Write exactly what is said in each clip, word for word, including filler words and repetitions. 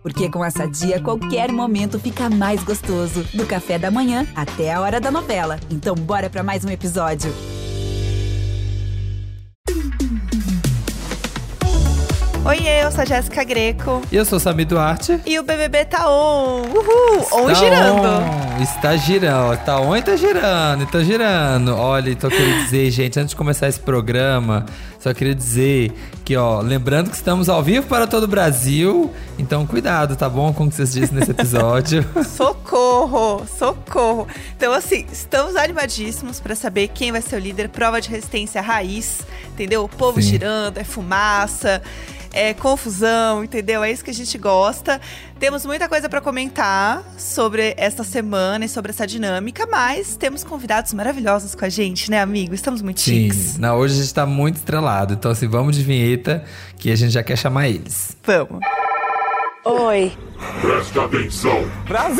Porque com a Sadia, qualquer momento fica mais gostoso. Do café da manhã até a hora da novela. Então bora pra mais um episódio. Oiê, eu sou a Jéssica Greco. E eu sou o Samir Duarte. E o B B B tá on. Uhul! Está on girando. On. Está girando. Tá on e tá girando. Tá girando. Olha, então eu queria dizer, gente, antes de começar esse programa, só queria dizer que, ó, lembrando que estamos ao vivo para todo o Brasil. Então, cuidado, tá bom? Como vocês disseram nesse episódio. Socorro, socorro. Então, assim, estamos animadíssimos pra saber quem vai ser o líder. Prova de resistência raiz, entendeu? O povo Sim. girando, é fumaça. É confusão, entendeu? É isso que a gente gosta. Temos muita coisa pra comentar sobre esta semana e sobre essa dinâmica, mas temos convidados maravilhosos com a gente, né, amigo? Estamos muito Sim, chiques. não, hoje a gente tá muito estrelado. Então, assim, vamos de vinheta que a gente já quer chamar eles. Vamos. Oi. Presta atenção. Brasil!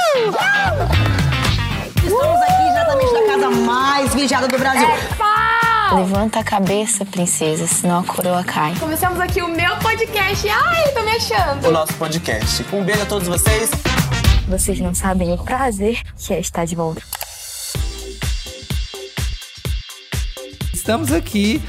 Estamos aqui exatamente na casa mais vigiada do Brasil. Levanta a cabeça, princesa, senão a coroa cai. Começamos aqui o meu podcast. Ai, tô me achando. O nosso podcast. Um beijo a todos vocês. Vocês não sabem o prazer que é estar de volta. Estamos aqui.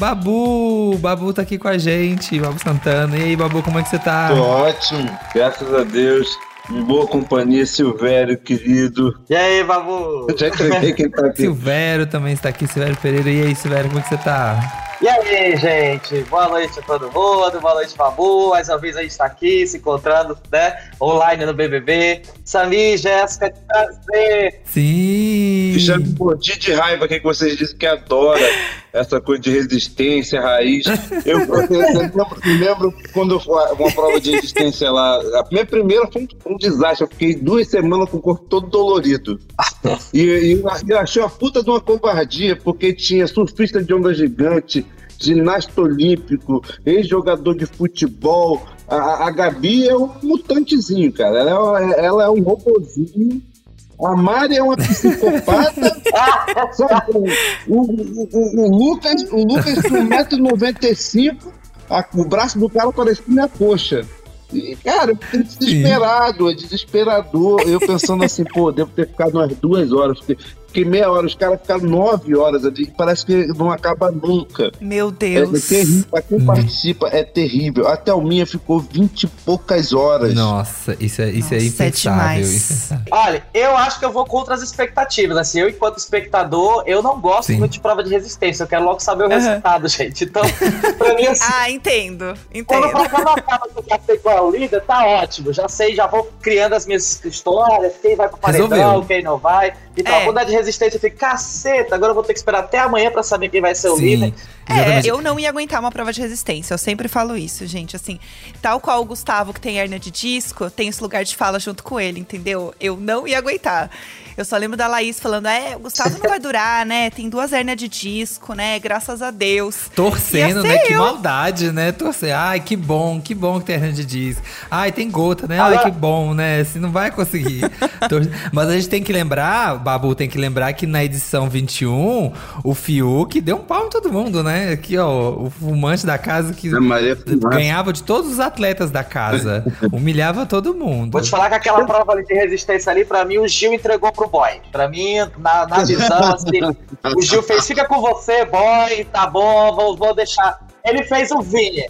Babu, Babu tá aqui com a gente, Babu Santana. E aí, Babu, como é que você tá? Tô ótimo, graças a Deus. Em boa companhia, Silvério, querido. E aí, Babu? Já entreguei quem tá aqui. Silvério também está aqui, Silvério Pereira. E aí, Silvério, como é que você tá? E aí, gente? Boa noite a todo mundo, boa noite, Babu. Mais uma vez a gente tá aqui, se encontrando, né? Online no B B B. Samir, Jéssica, que prazer! Sim! Deixa eu morder de raiva que vocês dizem que adora essa coisa de resistência, raiz. Eu, eu, eu, lembro, eu lembro quando uma prova de resistência lá, a minha primeira foi um, um desastre. Eu fiquei duas semanas com o corpo todo dolorido. E, e eu, eu achei uma puta de uma covardia, porque tinha surfista de onda gigante, ginasta olímpico, ex-jogador de futebol. A, a Gabi é um mutantezinho, cara. Ela é, ela é um robozinho. A Mari é uma psicopata. Sabe? O, o, o, o Lucas, o Lucas tem um metro e noventa e cinco, o braço do cara parecia minha coxa. E, cara, eu fiquei desesperado, é desesperador. Eu pensando assim, pô, devo ter ficado umas duas horas. Fiquei, fiquei meia hora, os caras ficaram nove horas ali. Parece que não acaba nunca. Meu Deus. É, é terrível. Pra quem hum. participa, é terrível. A Thelminha ficou vinte e poucas horas. Nossa, isso é, isso Nossa, é impensável. É impensável. Olha, eu acho que eu vou contra as expectativas. Assim, eu, enquanto espectador, eu não gosto Sim. muito de prova de resistência. Eu quero logo saber o Uhum. resultado, gente. Então, pra mim, assim. Ah, entendo. Quando o Entendo. programa acaba que eu já sei qual é o líder, tá ótimo. Já sei, já vou criando as minhas histórias, quem vai pro paredão, Resolveu. quem não vai. E tal. É. Quando é de resistência, eu fico, caceta, agora eu vou ter que esperar até amanhã pra saber quem vai ser o Sim. líder. É, Exatamente. eu não ia aguentar uma prova de resistência. Eu sempre falo isso, gente. Assim, tal qual o Gustavo, que tem hérnia de disco, tem esse lugar de fala junto com ele, entendeu? Eu não ia aguentar. Eu só lembro da Laís falando, é, o Gustavo não vai durar, né? Tem duas hérnias de disco, né? Graças a Deus. Torcendo, Ia ser né? Que eu. maldade, né? Torcer. Ai, que bom, que bom que tem hernia de disco. Ai, tem gota, né? Ai, que bom, né? Assim, não vai conseguir. Tor- Mas a gente tem que lembrar, Babu, tem que lembrar que na edição vinte e um, o Fiuk deu um pau em todo mundo, né? Aqui, ó, o fumante da casa que A Maria Fumaça. ganhava de todos os atletas da casa. Humilhava todo mundo. Vou te falar que aquela prova ali de resistência ali, pra mim, o Gil entregou pro boy. Pra mim, na, na visão, assim, o Gil fez, fica com você, boy, tá bom, vou, vou deixar. Ele fez o Vini.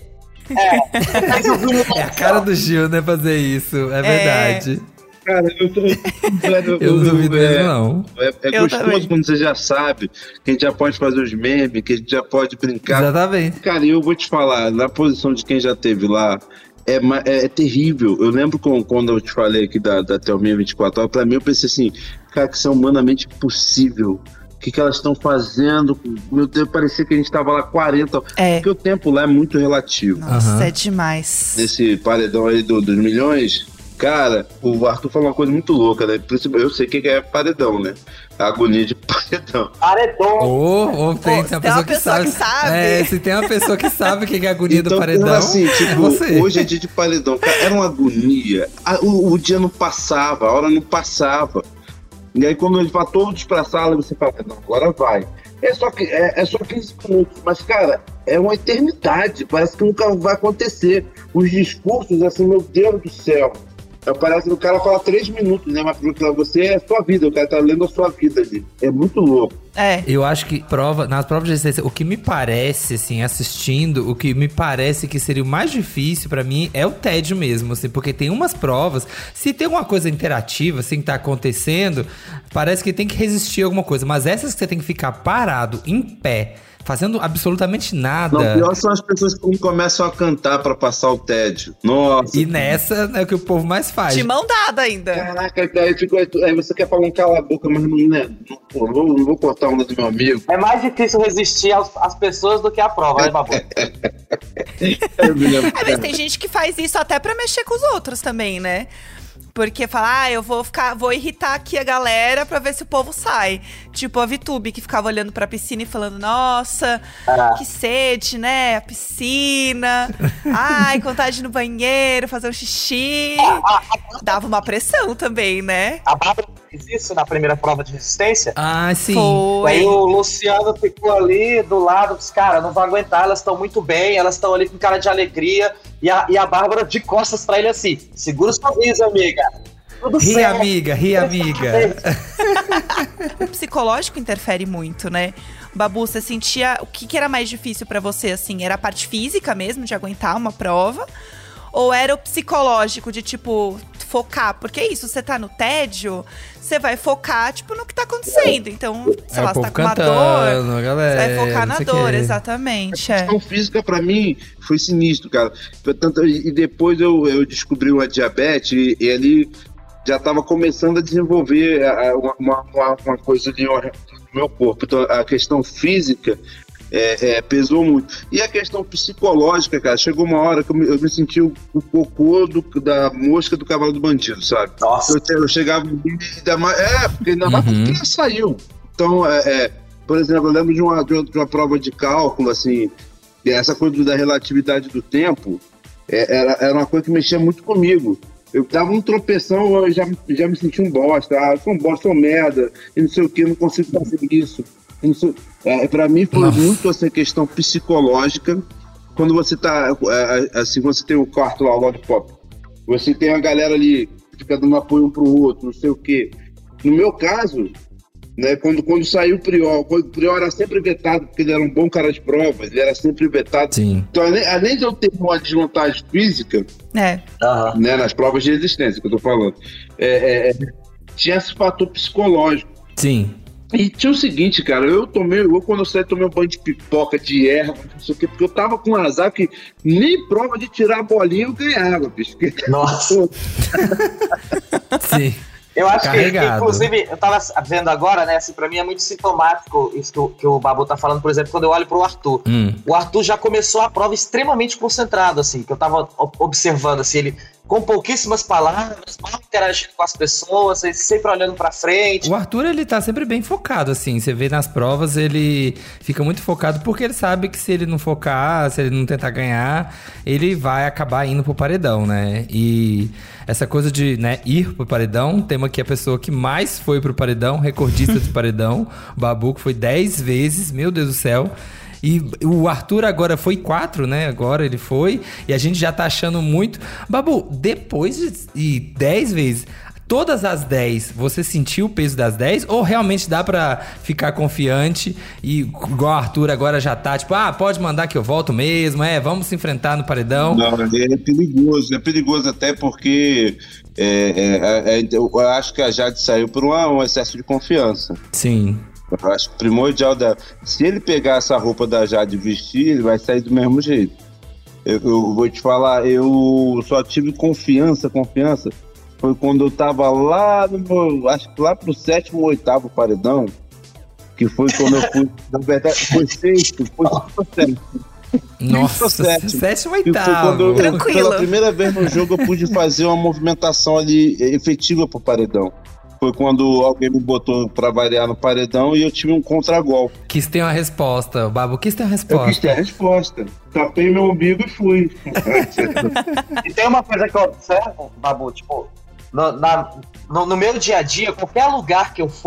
É, fez o Vini. É a cara do Gil, né, fazer isso. É verdade. Cara, eu tô. Eu, Eu não duvido é, mesmo, não. É, é Eu gostoso também. quando você já sabe que a gente já pode fazer os memes, que a gente já pode brincar. Exatamente. Cara, eu vou te falar, na posição de quem já teve lá, é, ma- é, é terrível. Eu lembro com- quando eu te falei aqui da, da Thelminha vinte e quatro horas, pra mim eu pensei assim, cara, que isso é humanamente impossível. O que, que elas estão fazendo? Meu Deus, parecia que a gente tava lá quarenta. É. Porque o tempo lá é muito relativo. Nossa, Aham. é demais. Nesse paredão aí do- dos milhões, cara, o Arthur falou uma coisa muito louca, né? Principalmente, eu sei o que que é paredão, né? A agonia de paredão. Paredão. Ou, ou tem, Pô, tem uma tem uma pessoa, que, pessoa sabe. que sabe. É, se tem uma pessoa que sabe o que é a agonia do Então, paredão, assim, é tipo, você. hoje é dia de paredão. Cara, era uma agonia. A- o, o dia não passava, a hora não passava. E aí, quando eles vão todos pra sala, você fala, não, agora vai. É só, que- é, é só quinze minutos. Mas, cara, é uma eternidade, parece que nunca vai acontecer. Os discursos, assim, meu Deus do céu. Parece que o cara fala três minutos, né? Mas pra você é a sua vida, o cara tá lendo a sua vida ali. É muito louco. É. Eu acho que prova, nas provas de resistência, o que me parece, assim, assistindo, o que me parece que seria o mais difícil pra mim é o tédio mesmo, assim, porque tem umas provas, se tem alguma coisa interativa, assim, que tá acontecendo, parece que tem que resistir a alguma coisa, mas essas que você tem que ficar parado, em pé, fazendo absolutamente nada. Não, pior são as pessoas que começam a cantar pra passar o tédio. Nossa. E nessa é o que o povo mais faz. De mão dada ainda. Caraca, aí, fico, aí você quer falar um cala a boca, mas não, né? não, pô, não, vou, não vou cortar onda do meu amigo. É mais difícil resistir aos, às pessoas do que a prova, né, Babu? É, mas tem gente que faz isso até pra mexer com os outros também, né? Porque fala, ah, eu vou ficar, vou irritar aqui a galera pra ver se o povo sai. Tipo a Vitube, que ficava olhando pra piscina e falando, nossa, ah. que sede, né? A piscina. Ai, vontade no banheiro, fazer um xixi. Dava uma pressão também, né? A Bárbara fez isso na primeira prova de resistência. Ah, sim. Foi. Aí o Luciano ficou ali do lado, disse, cara, não vou aguentar, elas estão muito bem, elas estão ali com cara de alegria. E a, e a Bárbara de costas pra ele assim, segura o sorriso, amiga. Tudo ri, certo. amiga, ri, amiga. O psicológico interfere muito, né? Babu, você sentia... O que, que era mais difícil pra você, assim? Era a parte física mesmo, de aguentar uma prova? Ou era o psicológico de, tipo, focar? Porque é isso, você tá no tédio, você vai focar, tipo, no que tá acontecendo. Então, sei é, lá, o você tá povo com uma cantando, dor, galera, você vai focar na dor, que. exatamente. A É. questão física, pra mim, foi sinistro, cara. Tanto, e depois eu, eu descobri uma diabetes e, e ali já tava começando a desenvolver uma, uma, uma coisa ali no meu corpo. Então, a questão física é, é, pesou muito. E a questão psicológica, cara, chegou uma hora que eu me, eu me senti o, o cocô do, da mosca do cavalo do bandido, sabe? Nossa. Eu, eu chegava... Ainda mais, é, porque ainda mais Uhum. porque saiu. Então, é, é, por exemplo, eu lembro de uma, de uma, de uma prova de cálculo, assim, essa coisa da relatividade do tempo, é, era, era uma coisa que mexia muito comigo. Eu dava um tropeção, eu já, já me sentia um bosta. Ah, eu sou um bosta, sou merda, e não sei o que, não consigo fazer isso. Sei, é, pra mim foi Nossa. muito essa questão psicológica. Quando você tá, é, assim, você tem o quarto lá, o Lollipop, você tem a galera ali, fica dando apoio um pro outro, não sei o que. No meu caso, né, quando, quando saiu o Prior, quando o Prior era sempre vetado, porque ele era um bom cara de provas, ele era sempre vetado. Sim. Então, além, além de eu ter uma desvantagem física, É. né, nas provas de resistência que eu tô falando, é, é, tinha esse fator psicológico. Sim. E tinha o seguinte, cara, eu tomei, eu quando eu saí, tomei um banho de pipoca, de erva, não sei o quê, porque eu tava com um azar que nem prova de tirar a bolinha eu ganhava, bicho. Nossa. Sim. Eu acho Carregado. que, inclusive, eu tava vendo agora, né, assim, pra mim é muito sintomático isso que o, que o Babu tá falando, por exemplo, quando eu olho pro Arthur. Hum. O Arthur já começou a prova extremamente concentrado, assim, que eu tava observando, assim, ele com pouquíssimas palavras, mal interagindo com as pessoas, sempre olhando pra frente. O Arthur, ele tá sempre bem focado, assim, você vê nas provas, ele fica muito focado, porque ele sabe que se ele não focar, se ele não tentar ganhar, ele vai acabar indo pro paredão, né, e essa coisa de, né, ir pro paredão, tema que a pessoa que mais foi pro paredão, recordista do paredão, o Babu, que foi dez vezes, meu Deus do céu. E o Arthur agora foi quatro, né? Agora ele foi. E a gente já tá achando muito. Babu, depois de dez vezes, todas as dez, você sentiu o peso das dez? Ou realmente dá pra ficar confiante e igual o Arthur agora já tá, tipo, ah, pode mandar que eu volto mesmo, é, vamos se enfrentar no paredão? Não, é perigoso. É perigoso até porque é, é, é, eu acho que a Jade saiu por uma, um excesso de confiança. Sim. Eu acho que o primordial da... Se ele pegar essa roupa da Jade e vestir, ele vai sair do mesmo jeito. Eu, eu vou te falar, eu só tive confiança, confiança, foi quando eu tava lá no meu, acho que lá pro sétimo ou oitavo paredão, que foi quando eu fui, na verdade, foi sexto, foi sétimo. Nossa, sétimo, oitavo. Foi quando eu, Tranquilo. Pela primeira vez no jogo eu pude fazer uma movimentação ali efetiva pro paredão. Foi quando alguém me botou pra variar no paredão e eu tive um contragolpe. Quis ter uma resposta, o Babu quis ter uma resposta. Eu quis ter a resposta. Tapei meu umbigo e fui. E tem uma coisa que eu observo, Babu, tipo, no, na, no, no meu dia a dia, qualquer lugar que eu for,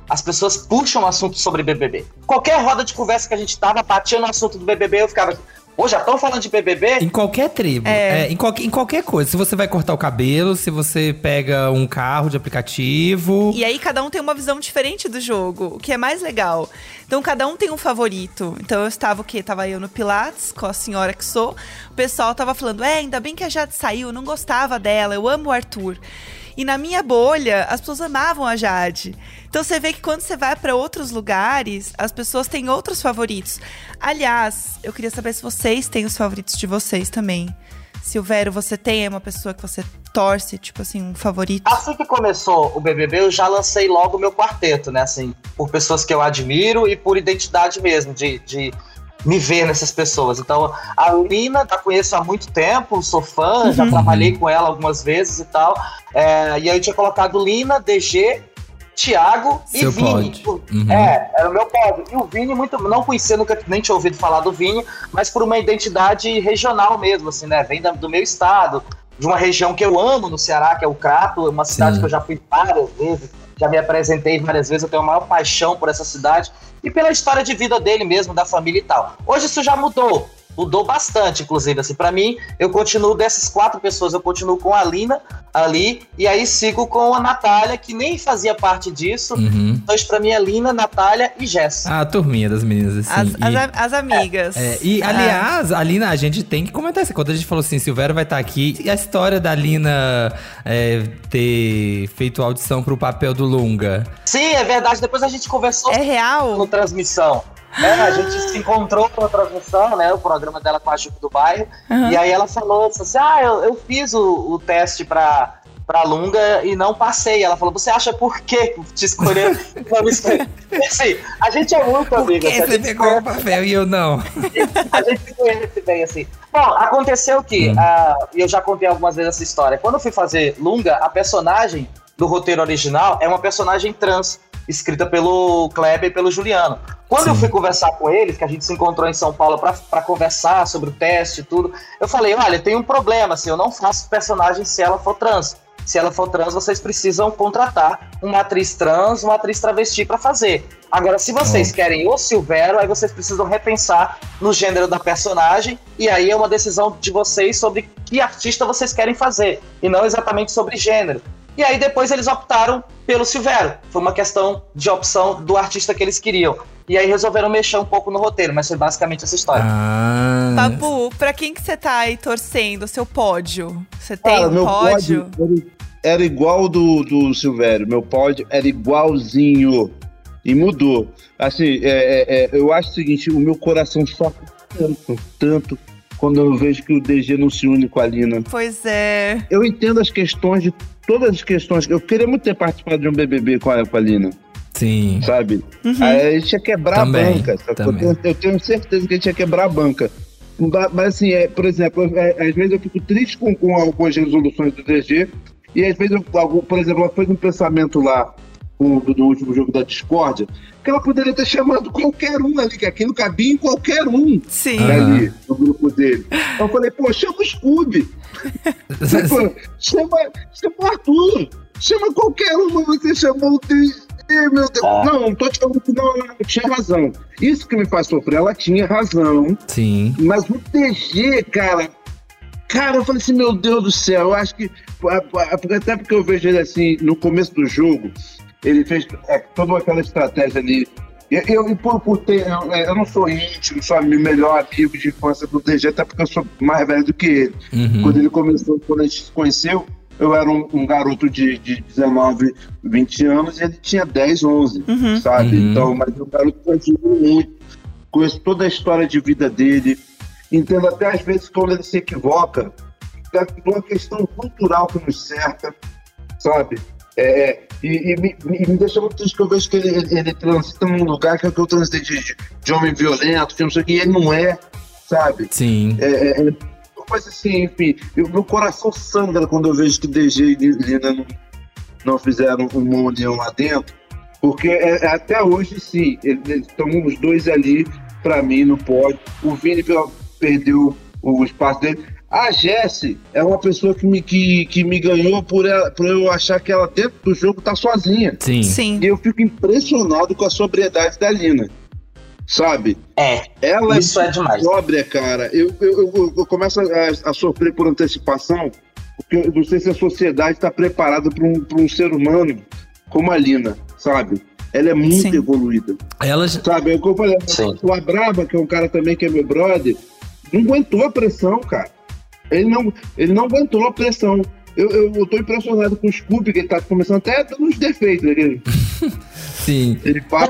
as pessoas puxam assunto sobre B B B. Qualquer roda de conversa que a gente tava, batia no assunto do B B B, eu ficava... Pô, já estão falando de B B B? Em qualquer tribo, É. é, em, qualquer, em qualquer coisa. Se você vai cortar o cabelo, se você pega um carro de aplicativo. E aí cada um tem uma visão diferente do jogo, o que é mais legal. Então cada um tem um favorito. Então eu estava o quê? Tava eu no Pilates, com a senhora que sou. O pessoal tava falando, é, ainda bem que a Jade saiu, eu não gostava dela, eu amo o Arthur. E na minha bolha, as pessoas amavam a Jade. Então você vê que quando você vai para outros lugares, as pessoas têm outros favoritos. Aliás, eu queria saber se vocês têm os favoritos de vocês também. Silvério, você tem uma pessoa que você torce, tipo assim, um favorito? Assim que começou o B B B, eu já lancei logo o meu quarteto, né? Assim, por pessoas que eu admiro e por identidade mesmo, de... de... me ver nessas pessoas. Então, a Lina, já conheço há muito tempo, sou fã, já Uhum. trabalhei com ela algumas vezes e tal. É, e aí eu tinha colocado Lina, D G, Thiago e Seu Vini. pódio. Uhum. É, era o meu pódio. E o Vini, muito, não conhecia, nunca nem tinha ouvido falar do Vini, mas por uma identidade regional mesmo, assim, né? Vem da, do meu estado, de uma região que eu amo no Ceará, que é o Crato, uma cidade Sim. que eu já fui várias vezes, já me apresentei várias vezes, eu tenho a maior paixão por essa cidade e pela história de vida dele mesmo, da família e tal. Hoje isso já mudou, mudou bastante, inclusive, assim, pra mim, eu continuo dessas quatro pessoas, eu continuo com a Lina ali, e aí sigo com a Natália, que nem fazia parte disso, Uhum. então isso pra mim é Lina, Natália e Jess. Ah, a turminha das meninas, assim. As, e, as, a- as amigas. é, e, Ah. aliás, a Lina, a gente tem que comentar isso. Quando a gente falou assim, Silvério vai estar aqui, e a história da Lina é, ter feito audição pro papel do Lunga. Sim, é verdade, depois a gente conversou É real? no transmissão. É, a gente se encontrou na transmissão, né? O programa dela com a Jupe do Bairro. Uhum. E aí ela falou assim: ah, eu, eu fiz o, o teste pra, pra Lunga e não passei. Ela falou: você acha por que te escolheram? Não me escolheram. Assim, a gente é muito Por amiga. que assim, a você gente pegou o papel e eu não? a gente se conhece bem, assim. Bom, aconteceu que, Hum. ah, e eu já contei algumas vezes essa história, quando eu fui fazer Lunga, a personagem do roteiro original é uma personagem trans, escrita pelo Kleber e pelo Juliano. Quando Sim. eu fui conversar com eles, que a gente se encontrou em São Paulo pra, pra conversar sobre o teste e tudo, eu falei, olha, tem um problema, assim, eu não faço personagem se ela for trans. Se ela for trans, vocês precisam contratar uma atriz trans, uma atriz travesti pra fazer. Agora, se vocês Oh. querem o Silvério, aí vocês precisam repensar no gênero da personagem, e aí é uma decisão de vocês sobre que artista vocês querem fazer, e não exatamente sobre gênero. E aí depois eles optaram pelo Silvério. Foi uma questão de opção do artista que eles queriam. E aí resolveram mexer um pouco no roteiro, mas foi basicamente essa história. Ah. Babu, pra quem que você tá aí torcendo? O seu pódio? Você tem Cara, um meu pódio? pódio era, era igual do, do Silvério. Meu pódio era igualzinho. E mudou. Assim, é, é, é, eu acho o seguinte, o meu coração sofre tanto, tanto, quando eu vejo que o D G não se une com a Lina. Pois é. Eu entendo as questões de todas as questões. Eu queria muito ter participado de um B B B com a, com a Lina, Sim. sabe? Uhum. Aí a gente ia quebrar Também, a banca. Sabe? Eu, também. tenho, eu tenho certeza que a gente ia quebrar a banca. Ba- Mas assim, é, por exemplo, é, às vezes eu fico triste com, com algumas resoluções do D G. E às vezes, eu, algum- por exemplo, ela fez um pensamento lá com- do, do último jogo da discórdia, que ela poderia ter chamado qualquer um ali, que aquilo cabia em qualquer um Sim. Ah. ali no grupo dele. Eu falei, pô, chama o Scooby. Pô, chama, chama o Arthur. Chama qualquer um, mas você chamou o D G, meu Deus. Ah. Não, não tô te falando que não, não, tinha razão. Isso que me faz sofrer, ela tinha razão. Sim. Mas o D G, cara, cara, eu falei assim, meu Deus do céu, eu acho que, até porque eu vejo ele assim, no começo do jogo, ele fez é, toda aquela estratégia ali. Eu, eu, por, por ter, eu, eu não sou íntimo, sou meu melhor amigo de infância do D G, até porque eu sou mais velho do que ele. Uhum. Quando ele começou, quando a gente se conheceu, eu era um, um garoto de, de dezenove, vinte anos e ele tinha dez, onze, Uhum. sabe? Uhum. Então, mas o garoto continua muito, conheço toda a história de vida dele, entendo até às vezes quando ele se equivoca, é uma questão cultural que nos cerca, sabe? É, e, e me, me- me deixa muito triste que eu vejo que ele, ele, ele transita num lugar que é o que eu transitei de, de, de homem violento, que não sei o que, e ele não é, sabe? Sim. É, é, é, mas assim, enfim, eu- meu coração sangra quando eu vejo que D G e Lina não, não fizeram uma união lá dentro, porque é, é, até hoje, sim, eles estão os dois ali, pra mim, no pódio. O Vini pela- perdeu o espaço dele. A Jessie é uma pessoa que me, que, que me ganhou por, ela, por eu achar que ela dentro do jogo tá sozinha. Sim. Sim. E eu fico impressionado com a sobriedade da Lina. Sabe? É, ela isso é demais. Sóbria, cara. Eu, eu, eu, eu começo a, a sofrer por antecipação, porque eu não sei se a sociedade está preparada para um, pra um ser humano como a Lina, sabe? Ela é muito Sim. evoluída. Ela... Sabe? É o que eu falei. Sim. O Abraba, que é um cara também que é meu brother, não aguentou a pressão, cara. Ele não, ele não aguentou a pressão. Eu, eu, eu tô impressionado com o Scooby, que ele tá começando até dando uns defeitos. Né? Sim. Ele fala...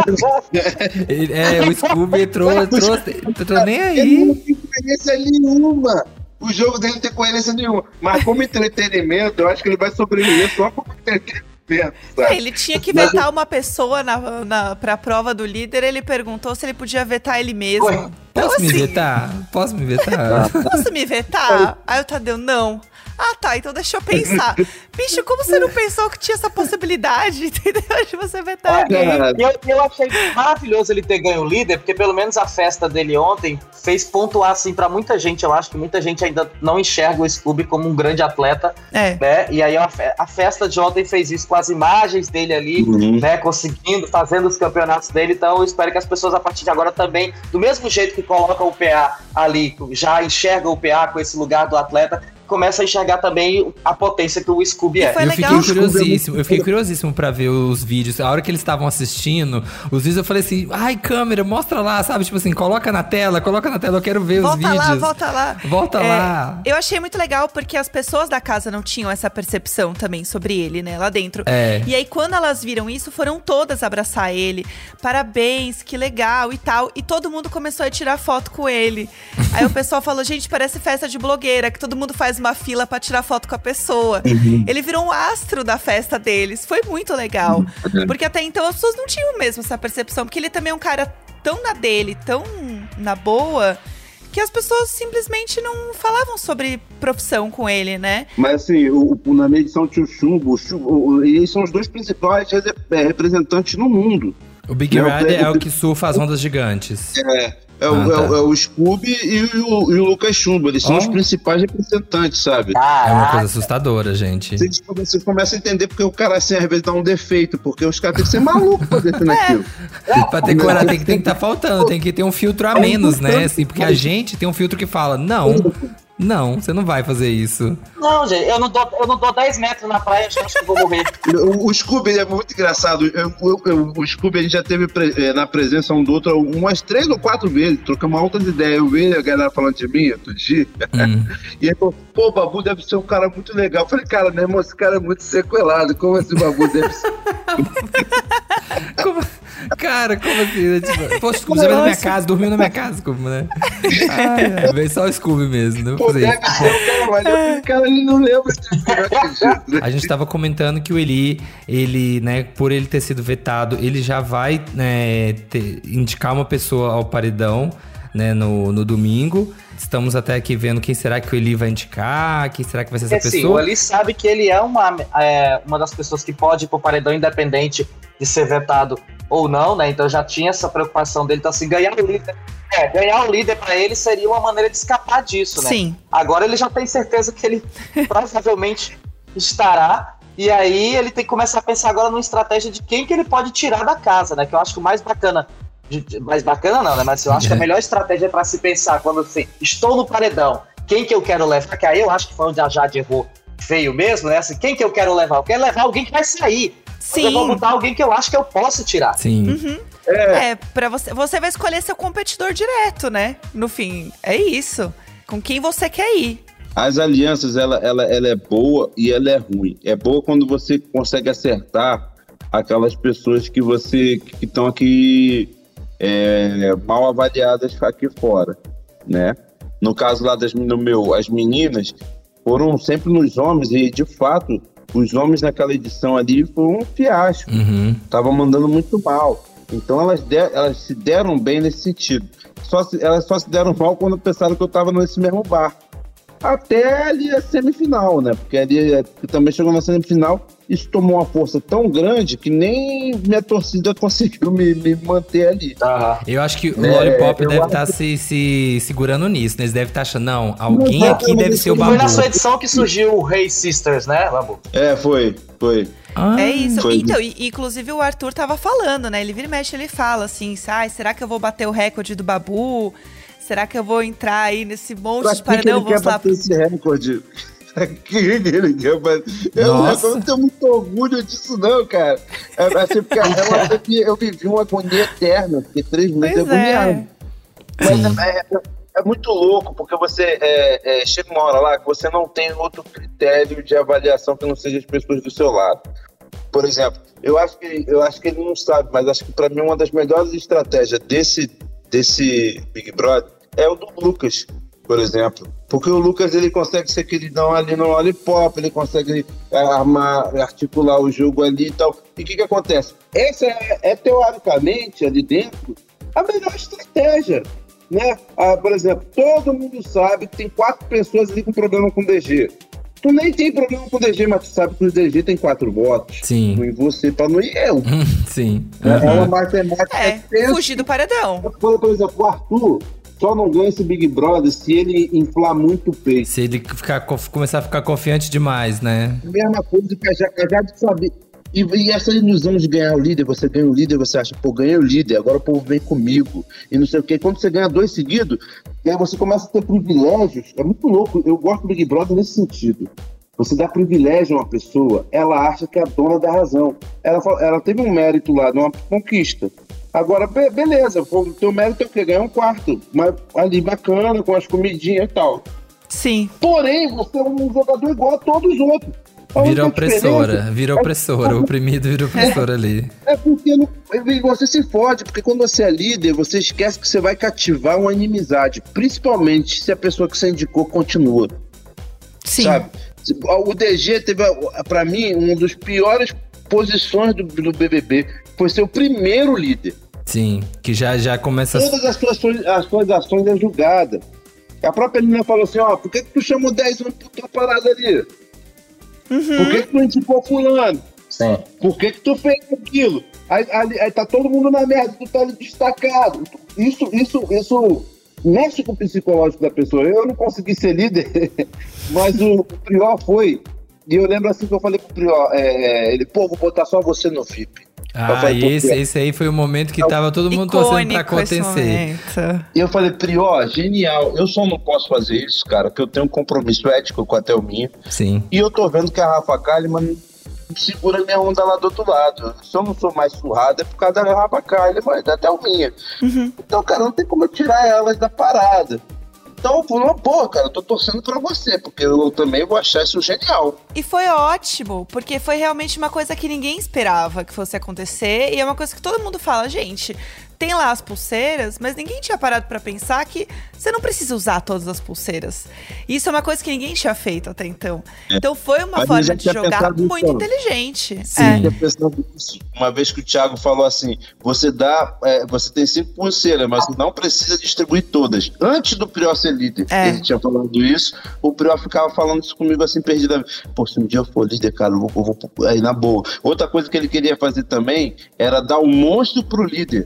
Ele- é, o Scooby entrou, entrou, entrou nem Ele aí. não tem coerência nenhuma. O jogo dele não tem coerência nenhuma. Mas como entretenimento, eu acho que ele vai sobreviver só como entretenimento. Sabe? Ele tinha que vetar uma pessoa na, na, pra prova do líder, ele perguntou se ele podia vetar ele mesmo. Ué, Então, Posso me assim, vetar? Posso me vetar? posso me vetar? Aí o Tadeu, não. Ah, tá, então deixa eu pensar. Bicho, como você não pensou que tinha essa possibilidade, entendeu? De você vetar alguém? Cara, Eu, eu achei maravilhoso ele ter ganho o líder, porque pelo menos a festa dele ontem fez pontuar, assim, pra muita gente. Eu acho que muita gente ainda não enxerga o Scooby como um grande atleta, É. né? E aí a, fe- a festa de ontem fez isso com as imagens dele ali, Uhum. né? Conseguindo, fazendo os campeonatos dele. Então eu espero que as pessoas a partir de agora também, do mesmo jeito que colocam o P A ali, já enxergam o P A com esse lugar do atleta, começa a enxergar também a potência que o Scooby é. Foi Eu legal. fiquei curiosíssimo, eu fiquei curiosíssimo pra ver os vídeos. A hora que eles estavam assistindo, os vídeos eu falei assim, ai, câmera, mostra lá, sabe? Tipo assim, coloca na tela, coloca na tela, eu quero ver os Volta vídeos. lá, volta lá. Volta É, lá. Eu achei muito legal porque as pessoas da casa não tinham essa percepção também sobre ele, né, lá dentro. É. E aí, quando elas viram isso, foram todas abraçar ele. Parabéns, que legal e tal. E todo mundo começou a tirar foto com ele. Aí o pessoal falou, gente, parece festa de blogueira, que todo mundo faz uma fila pra tirar foto com a pessoa. Ele virou um astro da festa deles. Foi muito legal. Porque até então as pessoas não tinham mesmo essa percepção. Porque ele também é um cara tão na dele, tão na boa, que as pessoas simplesmente não falavam sobre profissão com ele, né? Mas assim, o, o, na medição tinha o Chumbo, o Chumbo, o, e eles são os dois principais re- é, representantes no mundo. O Big Não, Rider eu- é o que surfa as ondas gigantes. É, é, o, Ah, tá. é, o, é o Scooby e o, e o Lucas Chumbo, eles são Oh. os principais representantes, sabe? É uma Caraca. coisa assustadora, gente. Vocês, vocês começam a entender porque o cara, assim, às vezes dá um defeito, porque os caras têm que ser malucos pra defender aquilo. Pra decorar, tem que tem que tá faltando, tem que ter um filtro a menos, né? Assim, porque a gente tem um filtro que fala, não, não, você não vai fazer isso. Não, gente, eu não dou, eu não dou dez metros na praia, eu acho que eu vou morrer. O, o Scooby ele é muito engraçado. Eu- eu- eu- o Scooby a gente já teve pre- eh, na presença um do outro umas três ou quatro vezes, trocamos altas ideias. Eu vi a galera falando de mim outro dia. Hum. E ele falou, pô, o Babu deve ser um cara muito legal. Eu falei, cara, meu irmão, esse cara é muito sequelado. Como esse Babu deve ser? Como- Cara, como assim? né? Tipo, poxa, Scooby já veio na minha casa, dormiu na minha casa, Scooby, né? Ai, é, veio só o Scooby mesmo, não vou Pô, fazer deve isso. ser um cara, mas eu falei, cara, ele não lembra disso. Eu não acredito, né? A gente tava comentando que o Eli, ele, né, por ele ter sido vetado, ele já vai, né, ter- indicar uma pessoa ao paredão, né, no, no domingo. Estamos até aqui vendo quem será que o Eli vai indicar, quem será que vai ser essa Porque assim, o pessoa. Ali sabe que ele é uma, é, uma das pessoas que pode ir pro paredão independente de ser vetado ou não, né? Então já tinha essa preocupação dele. Então, assim, ganhar o líder. É, ganhar o líder pra ele seria uma maneira de escapar disso, né? Sim. Agora ele já tem certeza que ele provavelmente estará. E aí ele tem que começar a pensar agora numa estratégia de quem que ele pode tirar da casa, né? Que eu acho que o mais bacana. de- de- Mais bacana não, né? Mas eu acho que a melhor estratégia é pra se pensar quando assim, estou no paredão, quem que eu quero levar? Que aí eu acho que foi onde a Jade errou feio mesmo, né? Assim, quem que eu quero levar? Eu quero levar alguém que vai sair. Sim. Eu vou botar alguém que eu acho que eu posso tirar. Sim. É, pra você. Você vai escolher seu competidor direto, né? No fim. É isso. Com quem você quer ir. As alianças, ela, ela, ela é boa e ela é ruim. É boa quando você consegue acertar aquelas pessoas que você que estão aqui é, mal avaliadas aqui fora, né? No caso lá das no meu, as meninas foram sempre nos homens e de fato os homens naquela edição ali foram um fiasco. Uhum. Estavam mandando muito mal. Então elas, der, elas se deram bem nesse sentido. Só se, elas só se deram mal quando pensaram que eu estava nesse mesmo bar. até ali a semifinal, né? Porque ali é, também chegou na semifinal, isso tomou uma força tão grande que nem minha torcida conseguiu me, me manter ali. Aham. Eu acho que o É, Lollipop eu deve acho estar que- se, se segurando nisso, né? Eles devem estar achando, não, alguém Não, aqui mas deve isso ser o foi Foi Babu. na sua edição que surgiu o Hey Sisters, né, Babu? É, foi, foi. Ah, É isso. Foi. Então, e, inclusive o Arthur tava falando, né? Ele vira e mexe, ele fala assim, ai, será que eu vou bater o recorde do Babu? Será que eu vou entrar aí nesse monte Pra de que, que paredão? ele quer Vamos lá. bater esse recorde? Pra que que ele quer bater? Eu, Nossa. eu não tenho muito orgulho disso, não, cara. É, assim, porque eu achei que eu vivi uma agonia eterna, porque três meses Pois agoniado. é. Mas é, é- é muito louco, porque você é, é, chega uma hora lá que você não tem outro critério de avaliação que não seja as pessoas do seu lado. Por exemplo, eu acho que, eu acho que ele não sabe, mas acho que pra mim uma das melhores estratégias desse, desse Big Brother é o do Lucas, por exemplo. Porque o Lucas ele consegue ser queridão ali no Lollipop, ele consegue é, armar, articular o jogo ali e tal. E o que, que acontece? Essa é, é teoricamente ali dentro a melhor estratégia. Né? Ah, por exemplo, todo mundo sabe que tem quatro pessoas ali com problema com o D G. Tu nem tem problema com o D G, mas tu sabe que o D G tem quatro votos. Sim. Não em você, pra não ir eu. Sim. É uma Uhum. matemática É, tensa. fugir do paredão. Por, por exemplo, o Arthur só não ganha esse Big Brother se ele inflar muito o peito. Se ele ficar, começar a ficar confiante demais, né? Mesma coisa que a Ja- a Jade sabe. E, e essa ilusão de ganhar o líder, você ganha o líder, você acha, pô, ganhei o líder, agora o povo vem comigo. E não sei o quê. Quando você ganha dois seguidos, e aí você começa a ter privilégios. É muito louco. Eu gosto do Big Brother nesse sentido. Você dá privilégio a uma pessoa, ela acha que é a dona da razão. Ela, fala- ela teve um mérito lá, numa conquista. Agora, be- beleza, o teu mérito é o quê? Ganhar um quarto. Mas ali bacana, com as comidinhas e tal. Sim. Porém, você é um jogador igual a todos os outros. A Vira única opressora, diferença vira é- opressora. O oprimido vira opressora ali. É porque não- você se fode, porque quando você é líder, você esquece que você vai cativar uma inimizade, principalmente se a pessoa que você indicou continua, Sim. sabe? O D G teve, pra mim, uma das piores posições do, do B B B, foi ser o primeiro líder. Sim, que já, já começa a... Todas as suas, ações- as suas ações é julgada. A própria menina falou assim, ó, por que que tu chamou dez anos por tua parada ali? Por que que tu indicou fulano? Sim. Por que que tu fez aquilo? Aí, aí, aí tá todo mundo na merda, tu tá ali destacado. Isso, isso, isso mexe com o psicológico da pessoa. Eu não consegui ser líder, mas o, o Prior foi. E eu lembro assim que eu falei pro Prior, é, ele, pô, vou botar só você no V I P. Eu Ah, falei, e "Pô, esse, Prior." esse aí foi o momento que tava todo mundo torcendo pra Icônico esse acontecer. momento. E eu falei, Prior, genial, eu só não posso fazer isso, cara, porque eu tenho um compromisso ético com a Thelminha. Sim. E eu tô vendo que a Rafa Kalimann segura minha onda lá do outro lado. Se eu não sou mais surrado, é por causa da Rafa Kalimann e da Thelminha. Então, cara, não tem como eu tirar elas da parada. Então eu falei, pô, cara, eu tô torcendo pra você, porque eu também vou achar isso genial. E foi ótimo, porque foi realmente uma coisa que ninguém esperava que fosse acontecer. E é uma coisa que todo mundo fala, gente, tem lá as pulseiras, mas ninguém tinha parado pra pensar que você não precisa usar todas as pulseiras. Isso é uma coisa que ninguém tinha feito até então. Então foi uma Mas eu forma já de tinha jogar pensado muito nisso. inteligente. Sim. É. Eu tinha pensado nisso. Uma vez que o Thiago falou assim, você dá, é, você tem cinco pulseiras, mas você não precisa distribuir todas. Antes do Prior ser líder, É. ele tinha falado isso, o Prior ficava falando isso comigo assim, perdidamente. Pô, se um dia eu for líder, cara, eu vou, eu vou aí na boa. Outra coisa que ele queria fazer também era dar um monstro pro líder.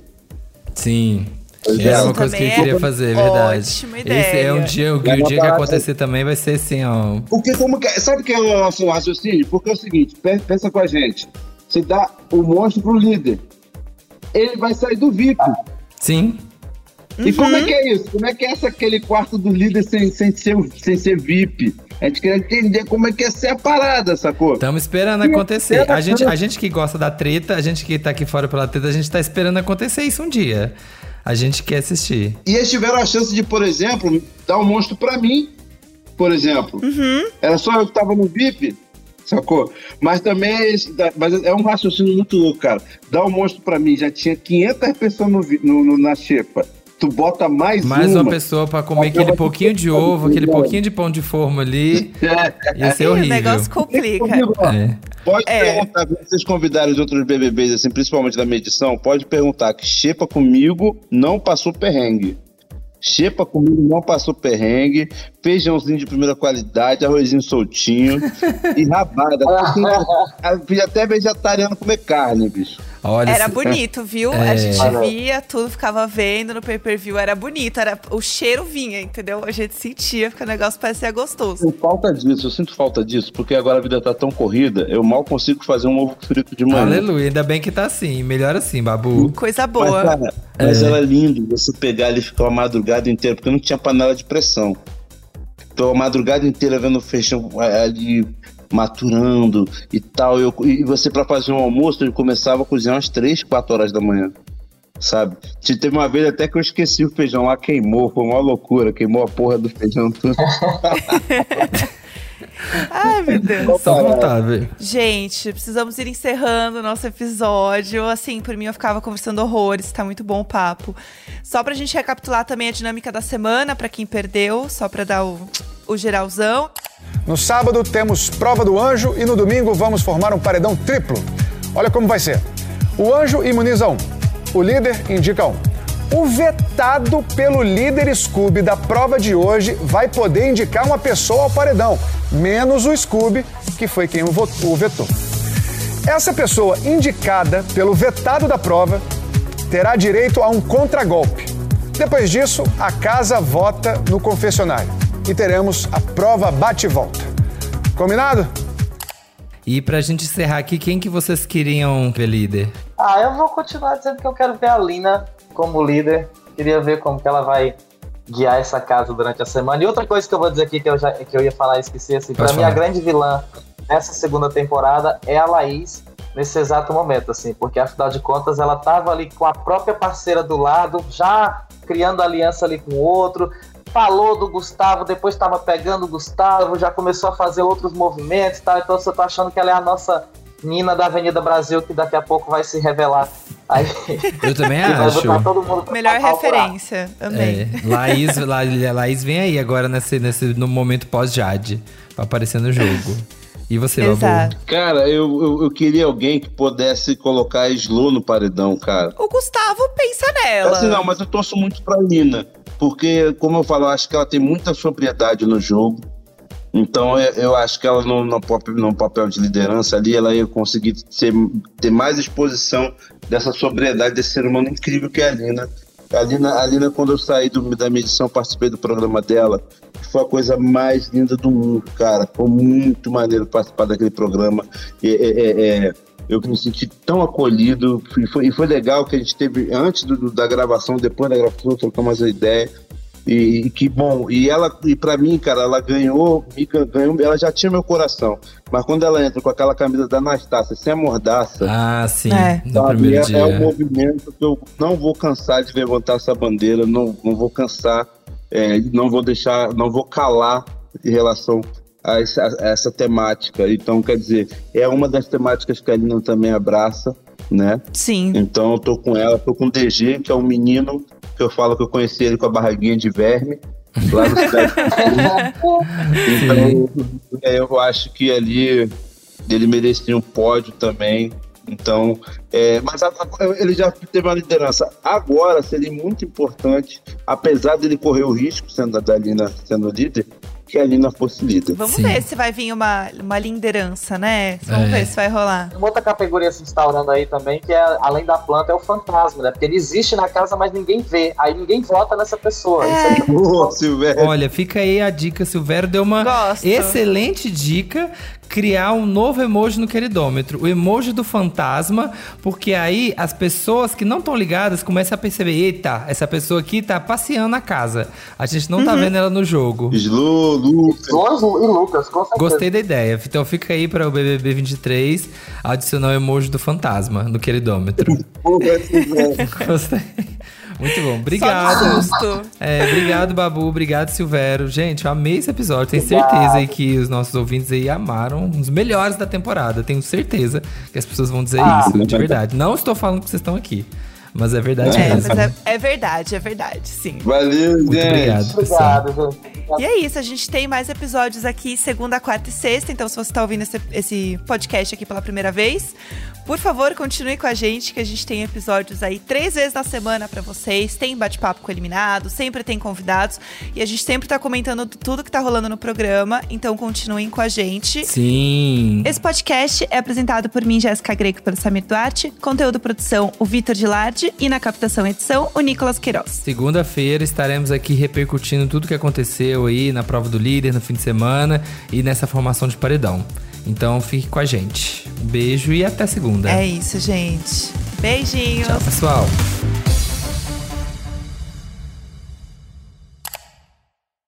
Sim. Pois Era é. uma coisa que ele Também queria é fazer, é verdade. ótima Esse é ideia. um dia, o, É o uma dia que parada- acontecer também vai ser assim, ó. Porque como que, sabe o que é o nosso raciocínio? Porque é o seguinte, pe- pensa com a gente. Você dá o monstro pro líder, ele vai sair do V I P. Sim. E como é que é isso? Como é que é essa, aquele quarto do líder sem, sem, ser, sem ser V I P? A gente quer entender como é que é ser a parada, sacou? Estamos esperando acontecer. A gente, a gente que gosta da treta, a gente que tá aqui fora pela treta, a gente tá esperando acontecer isso um dia. A gente quer assistir. E eles tiveram a chance de, por exemplo, dar um monstro pra mim, por exemplo. Era só eu que tava no V I P, sacou? Mas também esse- mas é um raciocínio muito louco, cara. Dá um monstro pra mim, já tinha quinhentas pessoas no, vi- no- no- na xepa. Tu bota mais, Mais uma. uma pessoa pra comer Aquela aquele pouquinho de ovo, aquele pouquinho de pão de forma ali. Ia ser E o horrível. negócio complica. É. Pode É. perguntar, se vocês convidarem os outros B B Bs, assim, principalmente da minha edição, pode perguntar que xepa comigo não passou perrengue. Xepa comigo não passou perrengue, feijãozinho de primeira qualidade, arrozinho soltinho e rabada. Fiz até vegetariano comer carne, bicho. Olha, era bonito, viu? É. A gente via tudo, ficava vendo no pay-per-view, era bonito, era, o cheiro vinha, entendeu? A gente sentia, porque o negócio parecia gostoso. Falta disso, eu sinto falta disso, porque agora a vida tá tão corrida, eu mal consigo fazer um ovo frito de manhã. Aleluia, ainda bem que tá assim, melhor assim, Babu. Coisa boa. Mas, cara, é. mas era lindo você pegar ali e ficar uma madrugada inteira, porque não tinha panela de pressão. Então a madrugada inteira vendo o feijão ali maturando e tal, eu, e você pra fazer um almoço, ele começava a cozinhar umas três, quatro horas da manhã, sabe? Teve uma vez até que eu esqueci o feijão lá, queimou, foi uma loucura, queimou a porra do feijão tudo. Ai, meu Deus. Só voltar, velho. Gente, precisamos ir encerrando o nosso episódio. Assim, por mim eu ficava conversando horrores, tá muito bom o papo. Só pra gente recapitular também a dinâmica da semana, pra quem perdeu, só pra dar o, o geralzão. No sábado temos prova do anjo e no domingo vamos formar um paredão triplo. Olha como vai ser. O anjo imuniza um, o líder indica um. O vetado pelo líder Scooby da prova de hoje vai poder indicar uma pessoa ao paredão, menos o Scooby, que foi quem o vetou. Essa pessoa indicada pelo vetado da prova terá direito a um contragolpe. Depois disso, a casa vota no confessionário e teremos a prova bate-volta. Combinado? E pra gente encerrar aqui, quem que vocês queriam ver líder? Ah, eu vou continuar dizendo que eu quero ver a Lina como líder. Queria ver como que ela vai guiar essa casa durante a semana. E outra coisa que eu vou dizer aqui, que eu, já, que eu ia falar e esqueci, assim, pra mim a grande vilã nessa segunda temporada é a Laís, nesse exato momento, assim, porque afinal de contas ela tava ali com a própria parceira do lado, já criando aliança ali com o outro, falou do Gustavo, depois estava pegando o Gustavo, já começou a fazer outros movimentos, tá? Então eu tô achando que ela é a nossa Nina da Avenida Brasil, que daqui a pouco vai se revelar. Aí, eu também acho. Todo mundo melhor referência, amei. É, Laís, La, Laís vem aí agora nesse, nesse, no momento pós-Jade, pra aparecer no jogo. E você, Babu? Cara, eu, eu, eu queria alguém que pudesse colocar a Slo no paredão, cara. O Gustavo pensa nela. Assim, não, mas eu torço muito pra Nina. Porque, como eu falo, eu acho que ela tem muita sobriedade no jogo. Então, eu, eu acho que ela, no, no, no papel de liderança ali, ela ia conseguir ser, ter mais exposição dessa sobriedade desse ser humano incrível que é a Lina. A Lina, a Lina quando eu saí do, da minha edição, participei do programa dela, foi a coisa mais linda do mundo, cara. Foi muito maneiro participar daquele programa. É, é, é, eu me senti tão acolhido. E foi, e foi legal que a gente teve, antes do, da gravação, depois da gravação, trocamos a ideia. E, e que bom. E ela, e pra mim, cara, ela ganhou, me ganhou, ela já tinha meu coração. Mas quando ela entra com aquela camisa da Anastácia, sem a mordaça. Ah, sim. É, no sabe, primeiro é, dia. é um movimento que eu não vou cansar de levantar essa bandeira, não, não vou cansar, é, não vou deixar, não vou calar em relação a essa, a essa temática. Então, quer dizer, é uma das temáticas que a Lina também abraça, né? Sim. Então, eu tô com ela, tô com o D G, que é um menino que eu falo que eu conheci ele com a barriguinha de verme, lá no cidade. Então, eu acho que ali ele merecia um pódio também. Então, é, mas a, a, ele já teve uma liderança. Agora seria muito importante, apesar dele correr o risco, sendo a Dalina sendo líder, que a Lina fosse líder. Vamos Sim. ver se vai vir uma, uma liderança, né? Vamos É. ver se vai rolar. Uma outra categoria se instaurando aí também, que é, além da planta, é o fantasma, né? Porque ele existe na casa, mas ninguém vê. Aí ninguém vota nessa pessoa. É. Isso aí Ô, Silvério. Olha, fica aí a dica, Silvério deu uma Gosto. excelente dica, criar um novo emoji no queridômetro, o emoji do fantasma, porque aí as pessoas que não estão ligadas começam a perceber, eita, essa pessoa aqui tá passeando na casa, a gente não tá vendo ela no jogo. Slo, Lucas. Flores e Lucas, com certeza. Gostei da ideia, então fica aí para o B B B vinte e três adicionar o emoji do fantasma no queridômetro. Porra, Silvério. Gostei. Muito bom, Só obrigado. no susto. É, obrigado, Babu. Obrigado, Silvério. Gente, eu amei esse episódio. Tenho Obrigado. certeza aí que os nossos ouvintes aí amaram. Um dos melhores da temporada. Tenho certeza que as pessoas vão dizer Ah, isso, de verdade. Não estou falando que vocês estão aqui, mas é verdade É, mesmo. mas é, é verdade, é verdade, sim. Valeu, Muito gente. obrigado, pessoal. Obrigado, gente. E é isso, a gente tem mais episódios aqui segunda, quarta e sexta. Então, se você tá ouvindo esse, esse podcast aqui pela primeira vez, Por favor, continue com a gente, que a gente tem episódios aí três vezes na semana pra vocês. Tem bate-papo com o eliminado, sempre tem convidados. E a gente sempre tá comentando tudo que tá rolando no programa. Então continuem com a gente. Sim. Esse podcast é apresentado por mim, Jéssica Greco, e pelo Samir Duarte. Conteúdo produção, o Vitor Gilardi. E na captação e edição, o Nicolas Queiroz. Segunda-feira estaremos aqui repercutindo tudo que aconteceu aí na prova do líder, no fim de semana e nessa formação de paredão. Então fique com a gente. Um beijo e até segunda. É isso, gente. Beijinhos. Tchau, pessoal.